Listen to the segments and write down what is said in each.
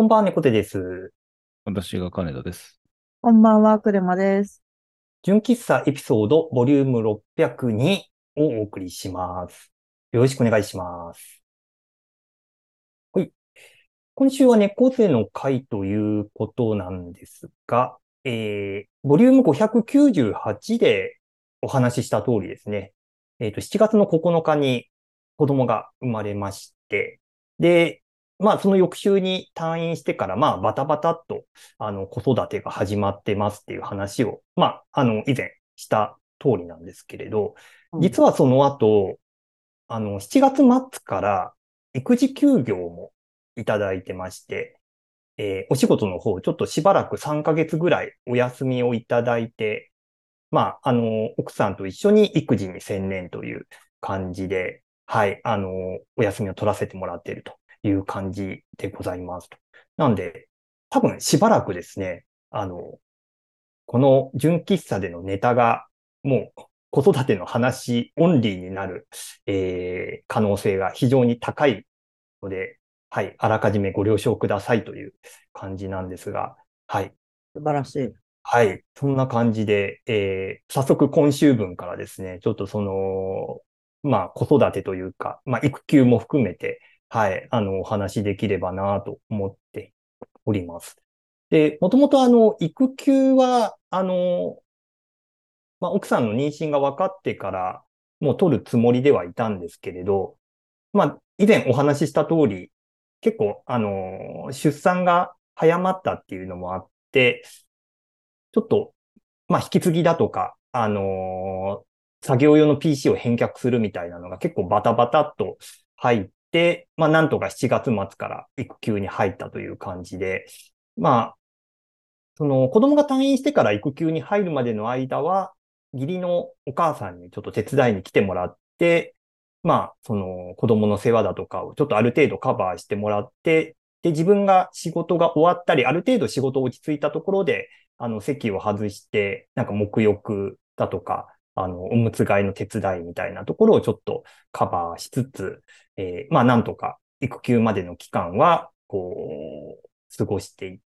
こんばんは、猫背です。 私が金田です。 こんばんは、車です。 純喫茶エピソードボリューム602をお送りします。よろしくお願いします。はい。今週は猫背の回ということなんですが、ボリューム598でお話しした通りですね。7月の9日に子供が生まれまして、で、まあ、その翌週に退院してから、まあ、バタバタっと、子育てが始まってますっていう話を、まあ、以前した通りなんですけれど、 うん。 実はその後、7月末から育児休業もいただいてまして、お仕事の方、ちょっとしばらく3ヶ月ぐらいお休みをいただいて、まあ、奥さんと一緒に育児に専念という感じで、はい、お休みを取らせてもらっているという感じでございますと。なんで、多分しばらくですね、この純喫茶でのネタが、もう子育ての話オンリーになる、可能性が非常に高いので、はい、あらかじめご了承くださいという感じなんですが、はい。 素晴らしい。 はい。そんな感じで、早速今週分からですね、ちょっとまあ子育てというか、まあ育休も含めて、はい、お話しできればなと思っております。で、もともと育休は、まあ奥さんの妊娠が分かってからもう取るつもりではいたんですけれど、まあ以前お話しした通り、結構、出産が早まったっていうのもあって、ちょっとまあ、引き継ぎだとか、作業用の PC を返却するみたいなのが結構バタバタっと入って、まあ、なんとか7月末から育休に入ったという感じで、まあ、その子供が退院してから育休に入るまでの間は、義理のお母さんにちょっと手伝いに来てもらって、まあ、その子供の世話だとかをちょっとある程度カバーしてもらって、で、自分が仕事が終わったり、ある程度仕事落ち着いたところで、席を外して、なんか沐浴だとか、おむつ替えの手伝いみたいなところをちょっとカバーしつつ、まあ、なんとか育休までの期間は、こう、過ごしていって、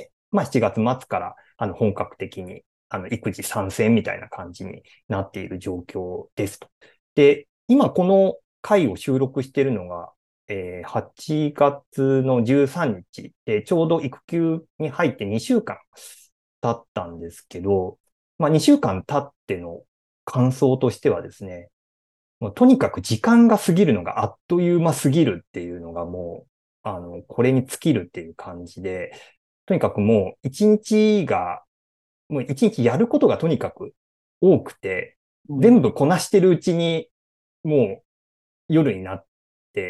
まあ、7月末から、本格的に、育児参戦みたいな感じになっている状況ですと。で、今この回を収録しているのが、8月の13日、ちょうど育休に入って2週間経ったんですけど、まあ、2週間経っての感想としてはですね、もうとにかく時間が過ぎるのがあっという間すぎるっていうのがもう、これに尽きるっていう感じで、とにかくもう一日が、もう一日やることがとにかく多くて、 うん。 全部こなしてるうちに、もう夜になって、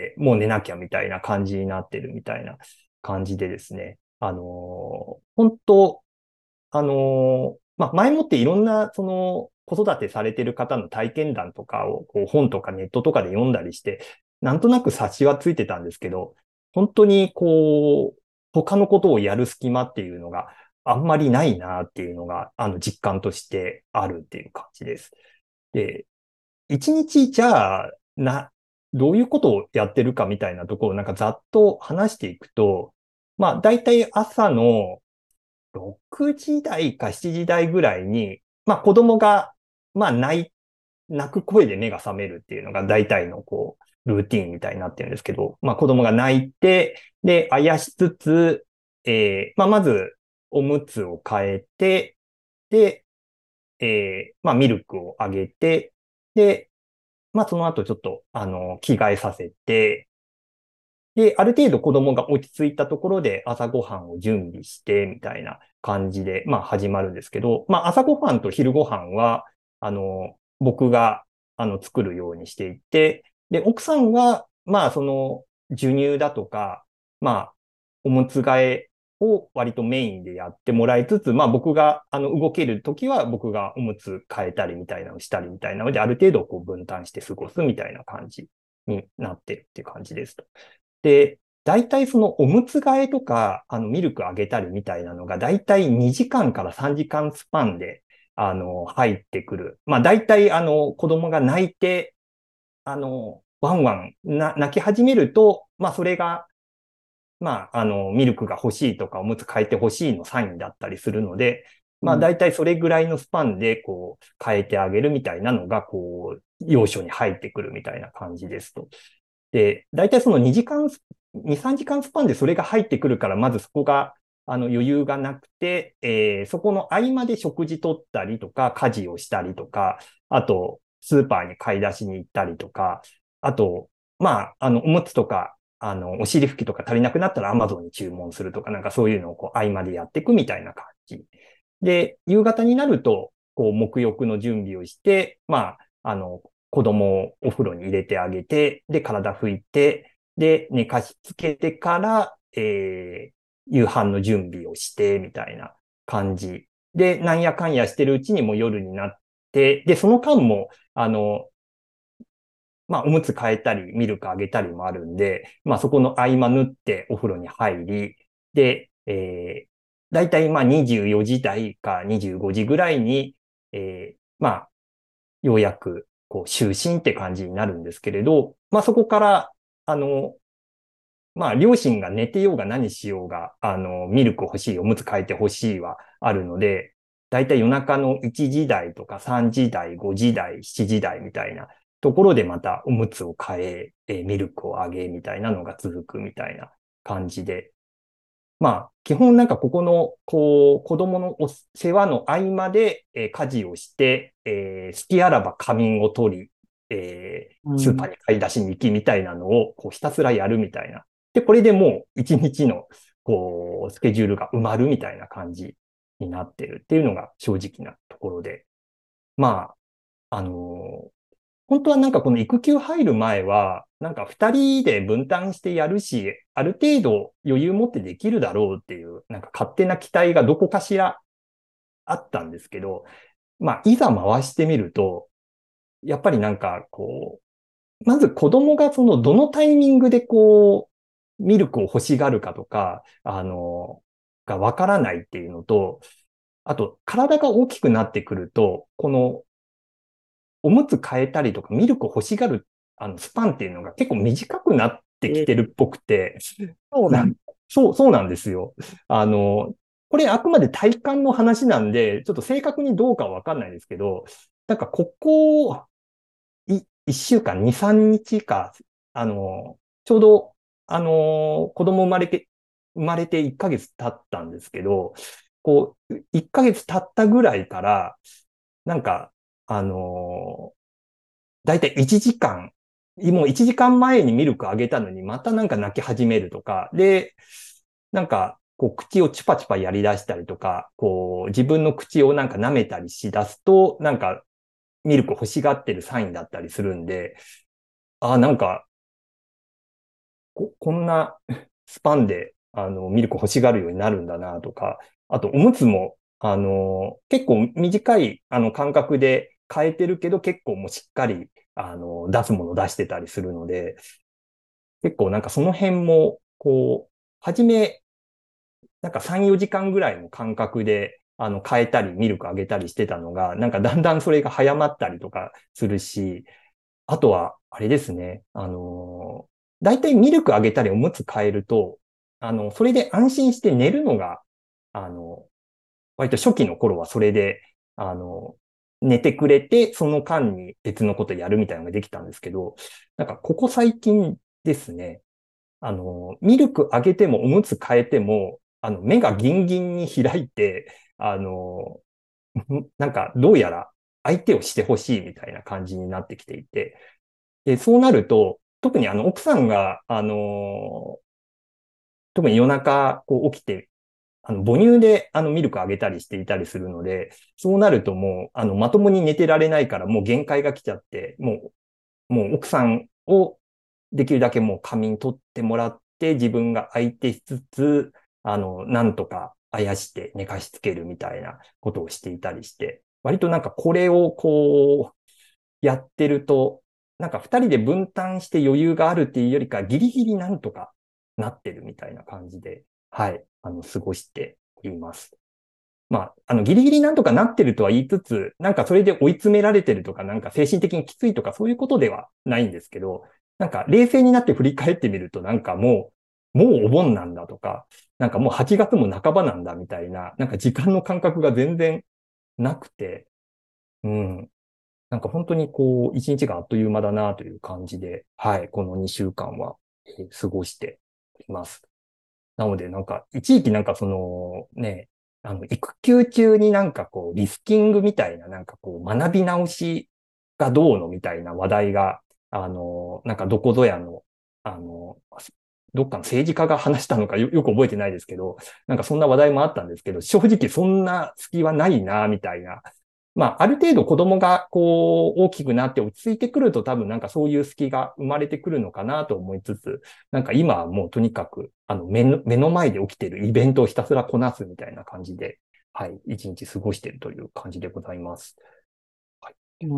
もう寝なきゃみたいな感じになってるみたいな感じでですね。本当、まあ、前もっていろんな、その、子育てされてる方の体験談とかを、こう本とかネットとかで読んだりして、なんとなく察しはついてたんですけど、本当にこう、他のことをやる隙間っていうのがあんまりないなっていうのが、実感としてあるっていう感じです。で、一日じゃあ、どういうことをやってるかみたいなところをなんかざっと話していくと、まあ、だいたい朝の6時台か7時台ぐらいに、まあ子供が、まあ泣く声で目が覚めるっていうのが大体のこう、ルーティーンみたいになってるんですけど、まあ子供が泣いて、で、あやしつつ、まあまずおむつを変えて、で、まあミルクをあげて、で、まあその後ちょっと、着替えさせて、で、ある程度子供が落ち着いたところで朝ごはんを準備して、みたいな感じで、まあ始まるんですけど、まあ朝ごはんと昼ごはんは、僕が、作るようにしていて、で、奥さんは、まあその、授乳だとか、まあ、おむつ替えを割とメインでやってもらいつつ、まあ僕が、動けるときは僕がおむつ替えたりみたいなのをしたりみたいなので、ある程度こう分担して過ごすみたいな感じになってるっていう感じですと。で、大体そのおむつ替えとか、ミルクあげたりみたいなのが、大体2時間から3時間スパンで、入ってくる。まあ、大体、子供が泣いて、ワンワン泣き始めると、まあ、それが、 ミルクが欲しいとかおむつ替えて欲しいのサインだったりするので、 うん大体それぐらいのスパンで、変えてあげるみたいなのが、要所に入ってくるみたいな感じですと。で、大体その2、3時間スパンでそれが入ってくるから、まずそこが、余裕がなくて、そこの合間で食事取ったりとか、家事をしたりとか、あと、スーパーに買い出しに行ったりとか、あと、おむつとか、お尻拭きとか足りなくなったら Amazon に注文するとか、なんかそういうのを合間でやっていくみたいな感じ。で、夕方になると、沐浴の準備をして、子供をお風呂に入れてあげて、で、体拭いて、で、寝かしつけてから、夕飯の準備をして、みたいな感じ。で、なんやかんやしてるうちにもう夜になって、で、その間も、おむつ替えたり、ミルクあげたりもあるんで、そこの合間縫ってお風呂に入り、で、だいたい24時台か25時ぐらいに、ようやく、就寝って感じになるんですけれど、そこから、あの、両親が寝てようが何しようが、ミルク欲しい、おむつ替えて欲しいはあるので、だいたい夜中の1時台とか3時台、5時台、7時台みたいなところでまたおむつを替ミルクをあげみたいなのが続くみたいな感じで、基本なんかここの、子供のお世話の合間で、家事をして、好きあらば仮眠を取り、スーパーに買い出しに行きみたいなのを、ひたすらやるみたいな。で、これでもう一日の、スケジュールが埋まるみたいな感じになってるっていうのが正直なところで。まあ、本当はなんかこの育休入る前は、なんか二人で分担してやるし、ある程度余裕持ってできるだろうっていう、なんか勝手な期待がどこかしらあったんですけど、いざ回してみると、やっぱりなんかまず子供がそのどのタイミングでミルクを欲しがるかとか、がわからないっていうのと、あと体が大きくなってくると、このおむつ替えたりとかミルクを欲しがるスパンっていうのが結構短くなってきてるっぽくて、 そうなんそうなんですよ。これあくまで体感の話なんで、ちょっと正確にどうかはわかんないですけど、なんかここ、1週間、2、3日か、ちょうど、子供生まれて1ヶ月経ったんですけど、1ヶ月経ったぐらいから、なんか、だいたい1時間、もう1時間前にミルクあげたのに、またなんか泣き始めるとか、で、なんか、口をチュパチュパやり出したりとか、自分の口をなんか舐めたりし出すと、なんか、ミルク欲しがってるサインだったりするんで、なんか、こんなスパンで、ミルク欲しがるようになるんだなとか、あと、おむつも、結構短い、間隔で変えてるけど、結構もうしっかり、出すもの出してたりするので、結構なんかその辺も、はじめ、なんか3、4時間ぐらいの間隔で、変えたり、ミルクあげたりしてたのが、なんかだんだんそれが早まったりとかするし、あとは、あれですね、だいたいミルクあげたりおむつ変えると、それで安心して寝るのが、あの、割と初期の頃はそれで、あの、寝てくれて、その間に別のことやるみたいなのができたんですけど、なんかここ最近ですね、ミルクあげてもおむつ変えても、目がギンギンに開いて、なんかどうやら相手をしてほしいみたいな感じになってきていて、で、そうなると、特に奥さんが、特に夜中起きて、母乳でミルクあげたりしていたりするので、そうなるともう、まともに寝てられないからもう限界が来ちゃって、もう奥さんをできるだけもう仮眠取ってもらって、自分が相手しつつ、なんとかあやして寝かしつけるみたいなことをしていたりして、割となんかこれをやってると、なんか二人で分担して余裕があるっていうよりか、ギリギリなんとかなってるみたいな感じで、はい、過ごしております。ギリギリなんとかなってるとは言いつつ、なんかそれで追い詰められてるとか、なんか精神的にきついとかそういうことではないんですけど、なんか冷静になって振り返ってみると、なんかもうお盆なんだとか、なんかもう8月も半ばなんだみたいな、なんか時間の感覚が全然なくて、うん。なんか本当にこう、一日があっという間だなという感じで、はい、この2週間は、過ごしています。なので、なんか、一時期なんかその、ね、育休中になんかこう、リスキングみたいな、なんかこう、学び直しがどうのみたいな話題が、なんかどこぞやの、あの、どっかの政治家が話したのかよく覚えてないですけど、なんかそんな話題もあったんですけど、正直そんな隙はないな、みたいな。まあ、ある程度子供がこう、大きくなって落ち着いてくると多分なんかそういう隙が生まれてくるのかなと思いつつ、なんか今はもうとにかく、目の前で起きているイベントをひたすらこなすみたいな感じで、はい、一日過ごしているという感じでございます。はい、 うん。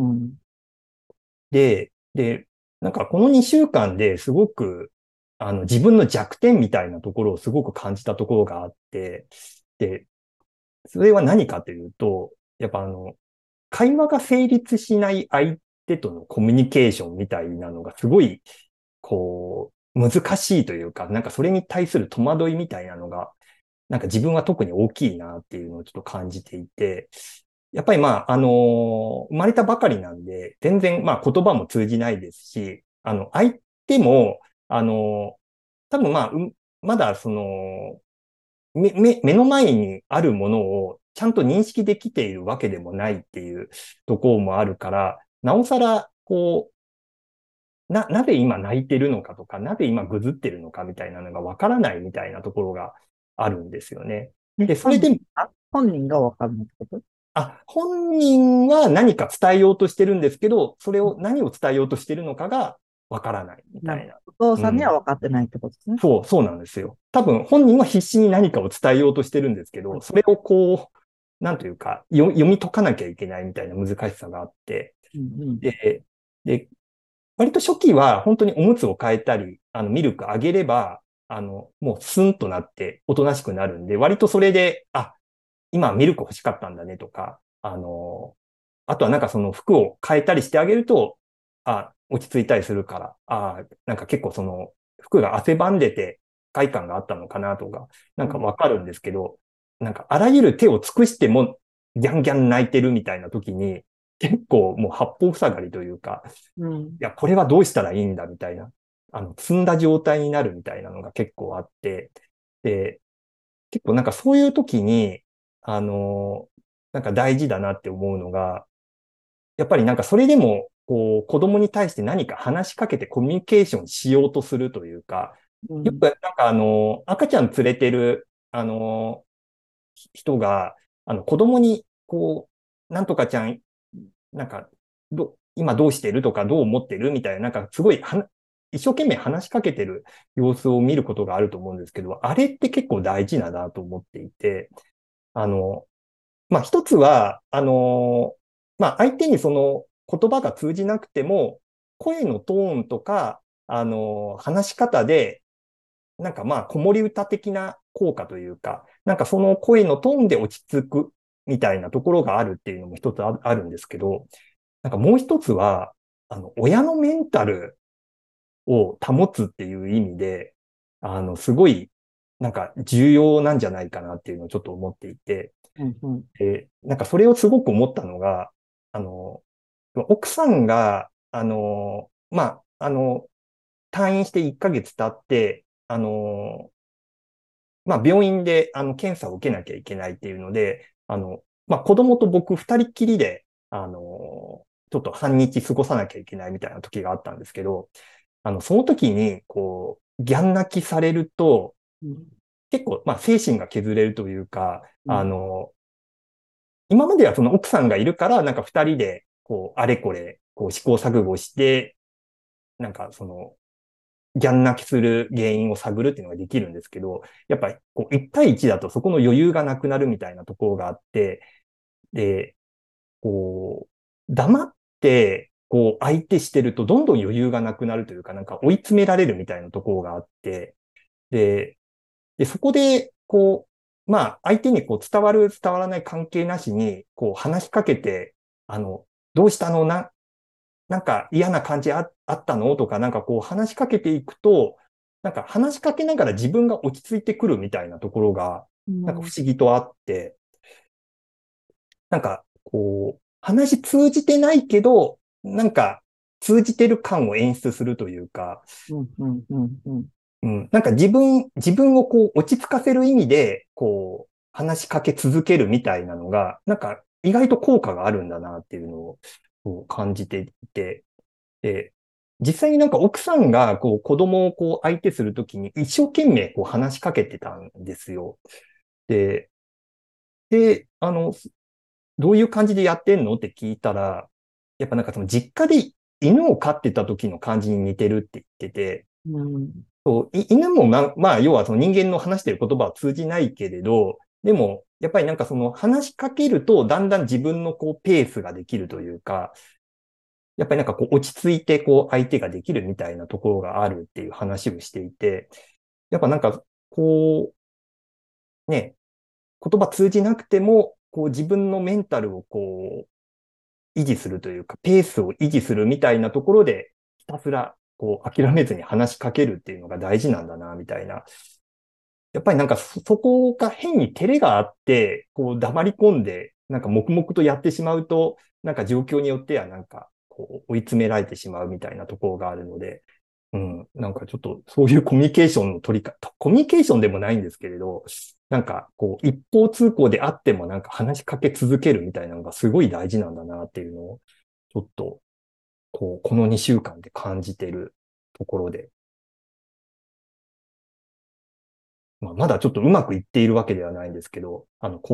で、なんかこの2週間ですごく、自分の弱点みたいなところをすごく感じたところがあって、で、それは何かというと、やっぱ会話が成立しない相手とのコミュニケーションみたいなのがすごい、こう、難しいというか、なんかそれに対する戸惑いみたいなのが、なんか自分は特に大きいなっていうのをちょっと感じていて、やっぱりまあ、生まれたばかりなんで、全然まあ言葉も通じないですし、相手も、多分まあ、まだその、目の前にあるものをちゃんと認識できているわけでもないっていうところもあるから、なおさら、こなぜ今泣いてるのかとか、なぜ今ぐずってるのかみたいなのがわからないみたいなところがあるんですよね。で、それで、 本人がわかんないってこと？ 本人は何か伝えようとしてるんですけど、それを何を伝えようとしてるのかがわからないみたいな。 お父さんにはうん。 分かってないってことですね。 そうなんですよ。多分本人は必死に何かを伝えようとしてるんですけど、それをこう、なんというか、読み解かなきゃいけないみたいな難しさがあって、 うん。 で、割と初期は本当におむつを変えたり、ミルクあげれば、もうスンとなっておとなしくなるんで、割とそれで、今ミルク欲しかったんだねとか、あとはなんかその服を変えたりしてあげると、落ち着いたりするから、なんか結構その服が汗ばんでて不快感があったのかなとか、なんかわかるんですけど、なんかあらゆる手を尽くしてもギャンギャン泣いてるみたいな時に、結構もう八方塞がりというか、 うん。 いや、これはどうしたらいいんだみたいな、積んだ状態になるみたいなのが結構あって、で、結構なんかそういう時に、あの、なんか大事だなって思うのが、やっぱりなんかそれでも、こう、子供に対して何か話しかけてコミュニケーションしようとするというか、よくうん。 なんか赤ちゃん連れてる、人が、子供に、こなんとかちゃん、なんか、今どうしてるとかどう思ってるみたいな、なんかすごい一生懸命話しかけてる様子を見ることがあると思うんですけど、あれって結構大事だなと思っていて、あの、まあ、一つは、まあ、相手にその言葉が通じなくても、声のトーンとか、話し方で、なんかまあ、子守歌的な効果というか、なんかその声のトーンで落ち着くみたいなところがあるっていうのも一つあるんですけど、なんかもう一つは、親のメンタルを保つっていう意味で、すごい、なんか重要なんじゃないかなっていうのをちょっと思っていて、 うん。うん。 なんかそれをすごく思ったのが、奥さんが、まあ、退院して1ヶ月経って、まあ、病院で、検査を受けなきゃいけないっていうので、まあ、子供と僕二人っきりで、ちょっと半日過ごさなきゃいけないみたいな時があったんですけど、その時に、こう、ギャン泣きされると、 うん。 結構、まあ、精神が削れるというか、 うん。 今まではその奥さんがいるから、なんか二人で、こう、あれこれ、こう、試行錯誤して、なんかその、ギャン泣きする原因を探るっていうのができるんですけど、やっぱり、こう、1対1だとそこの余裕がなくなるみたいなところがあって、で、こ黙って、こう、相手してるとどんどん余裕がなくなるというか、なんか追い詰められるみたいなところがあって、で、そこで、こまあ、相手にこう伝わる、伝わらない関係なしに、こう話しかけて、どうしたのなんか嫌な感じあったのとか、なんかこう話しかけていくと、 なんか話しかけながら自分が落ち着いてくるみたいなところが、なんか不思議とあって、なんか、こう、話通じてないけど、なんか、通じてる感を演出するというか、 うんうんうんうん。 うん、なんか自分をこう、落ち着かせる意味で、こう、話しかけ続けるみたいなのが、なんか、意外と効果があるんだなっていうのを、こう感じていて、で、実際になんか奥さんが、こう、子供をこう、相手するときに一生懸命こう話しかけてたんですよ。で、どういう感じでやってんのって聞いたら、やっぱなんかその実家で犬を飼ってた時の感じに似てるって言ってて、 うん。 犬もまあ、要はその人間の話してる言葉は通じないけれど、でも、やっぱりなんかその話しかけると、だんだん自分のこうペースができるというか、やっぱりなんかこう落ち着いてこう相手ができるみたいなところがあるっていう話をしていて、やっぱなんかこうね、言葉通じなくても、こう自分のメンタルをこう維持するというか、ペースを維持するみたいなところで、ひたすらこう諦めずに話しかけるっていうのが大事なんだな、みたいな。やっぱりなんかそこが変に照れがあって、こう黙り込んで、なんか黙々とやってしまうと、なんか状況によってはなんかこう追い詰められてしまうみたいなところがあるので、うん、なんかちょっとそういうコミュニケーションの取り方、コミュニケーションでもないんですけれど、なんかこう一方通行であってもなんか話しかけ続けるみたいなのがすごい大事なんだなっていうのを、ちょっとこの2週間で感じてるところで、まあ、まだちょっとうまくいっているわけではないんですけど、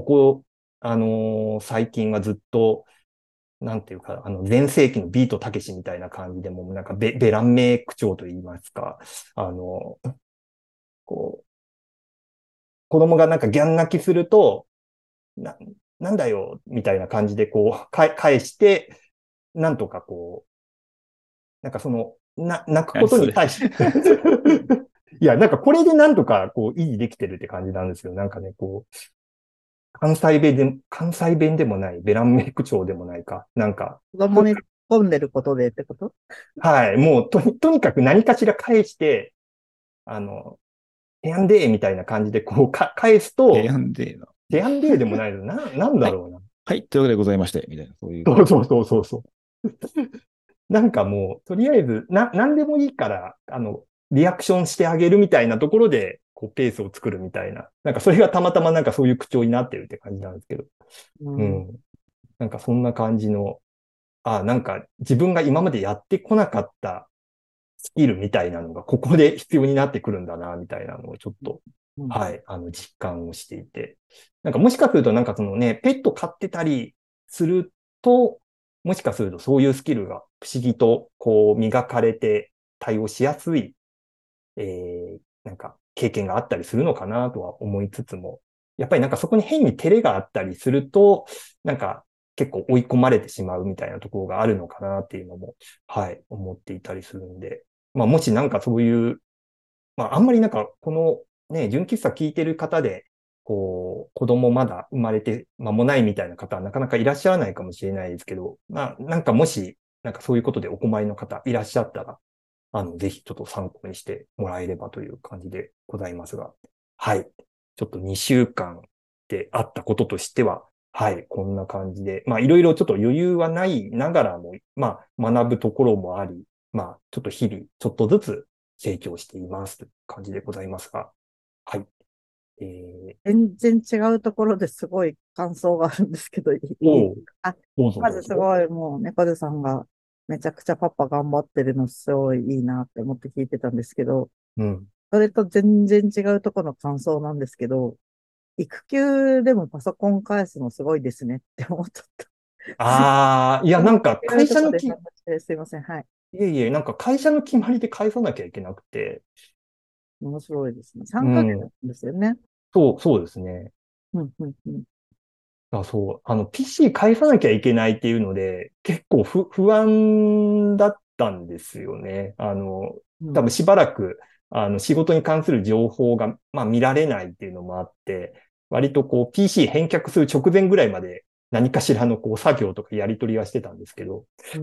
最近はずっと、なんていうか、前世紀のビートたけしみたいな感じで、もうなんかベラン名口調と言いますか、あの、こう、子供がなんかギャン泣きすると、な、なんだよ、みたいな感じでこう、返して、なんとかこう、なんか泣くこと何それ。 に対していや、なんかこれでなんとかこう維持できてるって感じなんですよ。なんかね、こう、関西弁でもない、ベランメイク調でもないか。なんか、 子供に込んでることでってこと？ はい、もうとにかく何かしら返して、あの、てやんでーみたいな感じでこう返す提と、 案でな。 てやんでーでもないの、なんはい。 だろうな。 はい。というわけでございまして、みたいな、そういう感じ。 そうそうそうそうそう。なんかもう、とりあえず、なんでもいいから、リアクションしてあげるみたいなところで、こう、ペースを作るみたいな。なんかそれがたまたまなんかそういう口調になってるって感じなんですけど。 うん。 うん。なんかそんな感じの、なんか自分が今までやってこなかったスキルみたいなのがここで必要になってくるんだな、みたいなのをちょっと、 うん。 はい、実感をしていて。なんかもしかするとなんかそのね、ペット飼ってたりすると、もしかするとそういうスキルが不思議とこう磨かれて対応しやすい、なんか経験があったりするのかなとは思いつつも、やっぱりなんかそこに変に照れがあったりすると、なんか結構追い込まれてしまうみたいなところがあるのかなっていうのも、はい、思っていたりするんで、まあもしなんかそういう、まああんまりなんかこのね、純喫茶聞いてる方で、こう、子供まだ生まれて間もないみたいな方はなかなかいらっしゃらないかもしれないですけど、まあなんかもし、なんかそういうことでお困りの方いらっしゃったら、ぜひちょっと参考にしてもらえればという感じでございますが、はい。ちょっと2週間であったこととしては、はい、こんな感じで、まあいろいろちょっと余裕はないながらも、まあ学ぶところもあり、まあちょっと日々ちょっとずつ成長していますという感じでございますが、はい。え全然違うところですごい感想があるんですけど、 おう、 あ、 どうぞまずどうぞ。 すごいもう猫背さんがめちゃくちゃパパ頑張ってるのすごいいいなって思って聞いてたんですけど、 うん。 それと全然違うところの感想なんですけど、育休でもパソコン返すのすごいですねって思っちゃった。 いや、なんか違うところで頑張ってすいません。はい。 いえいえ、なんか会社の決まりで返さなきゃいけなくて、 面白いですね。 う 3ヶん。 月ですよね。 そうですね。 うん、うん、うん。 そう。PC 返さなきゃいけないっていうので、結構不安だったんですよね。 うん、 多分しばらく、仕事に関する情報が、まあ見られないっていうのもあって、割とこう PC 返却する直前ぐらいまで何かしらのこう作業とかやり取りはしてたんですけど、 うん。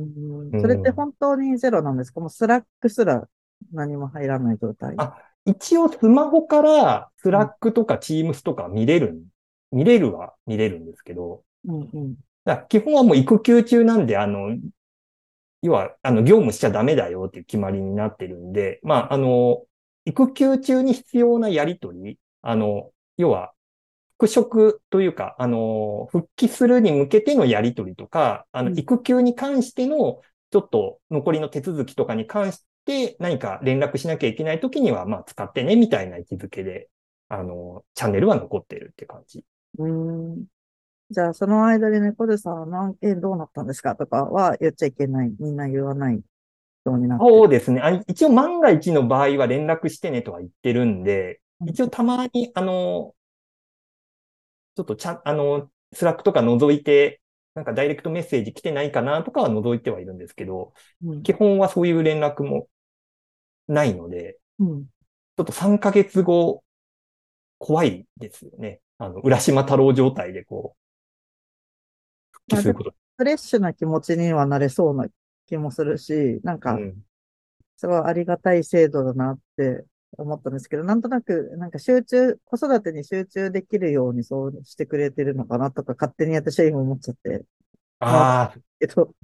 うそれってん。 本当にゼロなんですか？もうスラックすら何も入らない状態？ 一応スマホからスラックとか Teams とか見れるは見れるんですけど、 うんうん。 だから基本はもう育休中なんで、要は、業務しちゃダメだよっていう決まりになってるんで、まあ、育休中に必要なやりとり、要は、復職というか、復帰するに向けてのやりとりとか、 うん育休に関しての、ちょっと残りの手続きとかに関して何か連絡しなきゃいけないときには、まあ、使ってね、みたいな位置づけで、チャンネルは残ってるって感じ。 うーん。じゃあ、その間で猫背さんは何件どうなったんですかとかは言っちゃいけない。みんな言わないようになってる。 そうですね。一応万が一の場合は連絡してねとは言ってるんで、 うん一応たまに、ちょっとスラックとか覗いて、なんかダイレクトメッセージ来てないかなとかは覗いてはいるんですけど、 うん基本はそういう連絡もないので、 うんちょっと3ヶ月後、怖いですよね。浦島太郎状態でこう、復帰まあ、でも、 すること。 フレッシュな気持ちにはなれそうな気もするし、なんか、 うん。 すごいありがたい制度だなって思ったんですけど、なんとなく、なんか子育てに集中できるようにそうしてくれてるのかなとか、勝手に私は今思っちゃって、まあ、 ああ、 けど、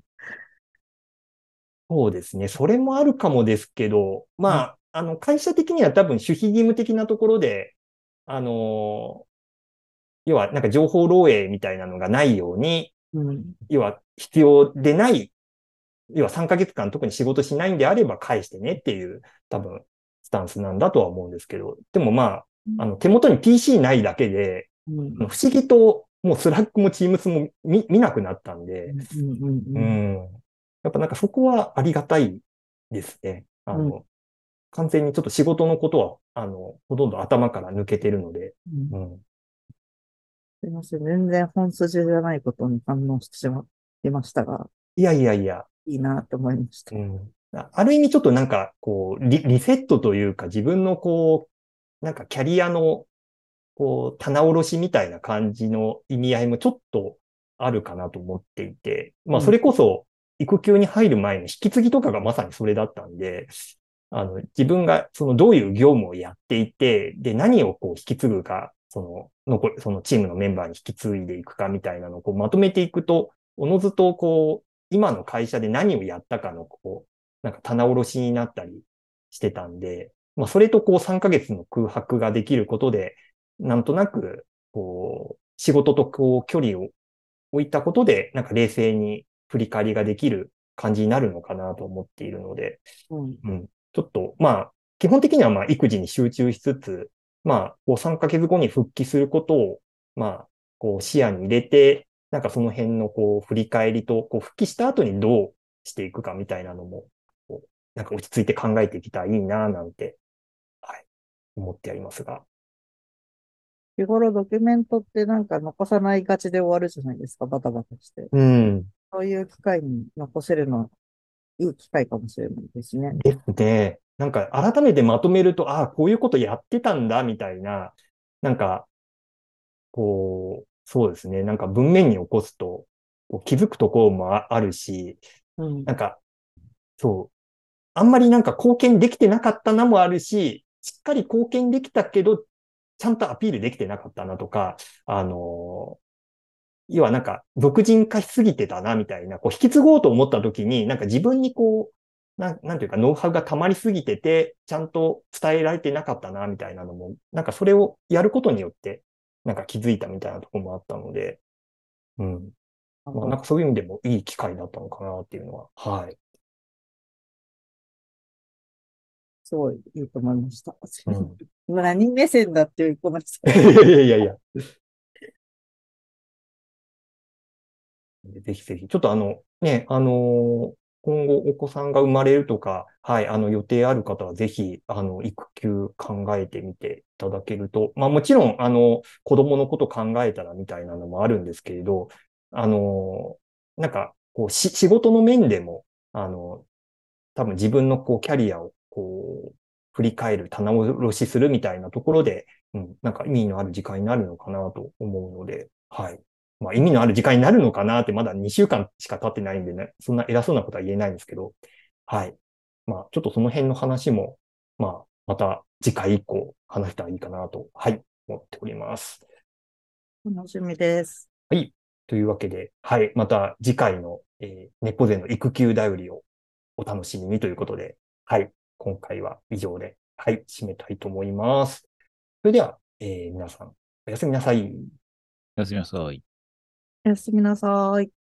そうですね。それもあるかもですけど、 うん、 まあ、会社的には多分守秘義務的なところで、あの、要はなんか情報漏洩みたいなのがないように、 うん、 要は必要でない、要は3ヶ月間特に仕事しないんであれば返してねっていう多分スタンスなんだとは思うんですけど、でもまあ、手元に PC ないだけで、 うん、 不思議ともうスラックも Teams も見なくなったんで、 うん、うん、うん、 うん。やっぱなんかそこはありがたいですね。 うん、 完全にちょっと仕事のことは、ほとんど頭から抜けてるので、 うん。 うん。 すいません。全然本筋じゃないことに反応してしまいましたが、 いやいやいや、 いいなって思いました。 うん。ある意味ちょっとなんか、こう、リセットというか自分のこう、なんかキャリアの、こう、棚卸しみたいな感じの意味合いもちょっとあるかなと思っていて、まあそうん、 れこそ育休に入る前の引き継ぎとかがまさにそれだったんで、自分がそのどういう業務をやっていて、で、何をこう引き継ぐか、そのチームのメンバーに引き継いでいくかみたいなのをこうまとめていくと、おのずとこう、今の会社で何をやったかのこう、なんか棚卸しになったりしてたんで、まあそれとこう3ヶ月の空白ができることで、なんとなく、こう、仕事とこう距離を置いたことで、なんか冷静に振り返りができる感じになるのかなと思っているので、 うん、 うん。ちょっと、まあ、基本的にはまあ、育児に集中しつつ、まあ、こう3ヶ月後に復帰することを、まあ、こう視野に入れて、なんかその辺のこう、振り返りと、こう、復帰した後にどうしていくかみたいなのも、こうなんか落ち着いて考えていきたらいいな、なんて、はい、思ってありますが。 日頃ドキュメントってなんか残さないがちで終わるじゃないですか、バタバタして。 うん。 そういう機会に残せるのはいい機会かもしれないですね。 ですね。なんか改めてまとめると、ああ、こういうことやってたんだ、みたいな、なんか、こう、そうですね。なんか文面に起こすと、こう気づくところもあるし、 うん。 なんか、そう、あんまりなんか貢献できてなかったなもあるし、しっかり貢献できたけど、ちゃんとアピールできてなかったなとか、あの、要はなんか、俗人化しすぎてたな、みたいな、こう、引き継ごうと思った時に、なんか自分にこう、なんていうか、ノウハウが溜まりすぎてて、ちゃんと伝えられてなかったな、みたいなのも、なんかそれをやることによって、なんか気づいたみたいなところもあったので、うん。まあ、なんかそういう意味でもいい機会だったのかなっていうのは、はい。 すごいいいと思いました。 うん。 今何目線だっていう、ごめんなさいい。 やいやいやいや。ぜひぜひ。ちょっとね、今後お子さんが生まれるとか、はい、予定ある方はぜひ、育休考えてみていただけると、まあもちろん、子供のこと考えたらみたいなのもあるんですけれど、あの、なんか、こう、仕事の面でも、多分自分のこう、キャリアを、こう、振り返る、棚卸しするみたいなところで、うん、なんか意味のある時間になるのかなと思うので、はい。まあ意味のある時間になるのかなってまだ2週間しか経ってないんでね、そんな偉そうなことは言えないんですけど、はい。まあちょっとその辺の話も、まあまた次回以降話したらいいかなと、はい、思っております。 楽しみです。 はい。というわけで、はい。また次回の、猫背の育休だよりをお楽しみにということで、はい。今回は以上で、はい。締めたいと思います。それでは、皆さん、おやすみなさい。 おやすみなさい。 おやすみなさい。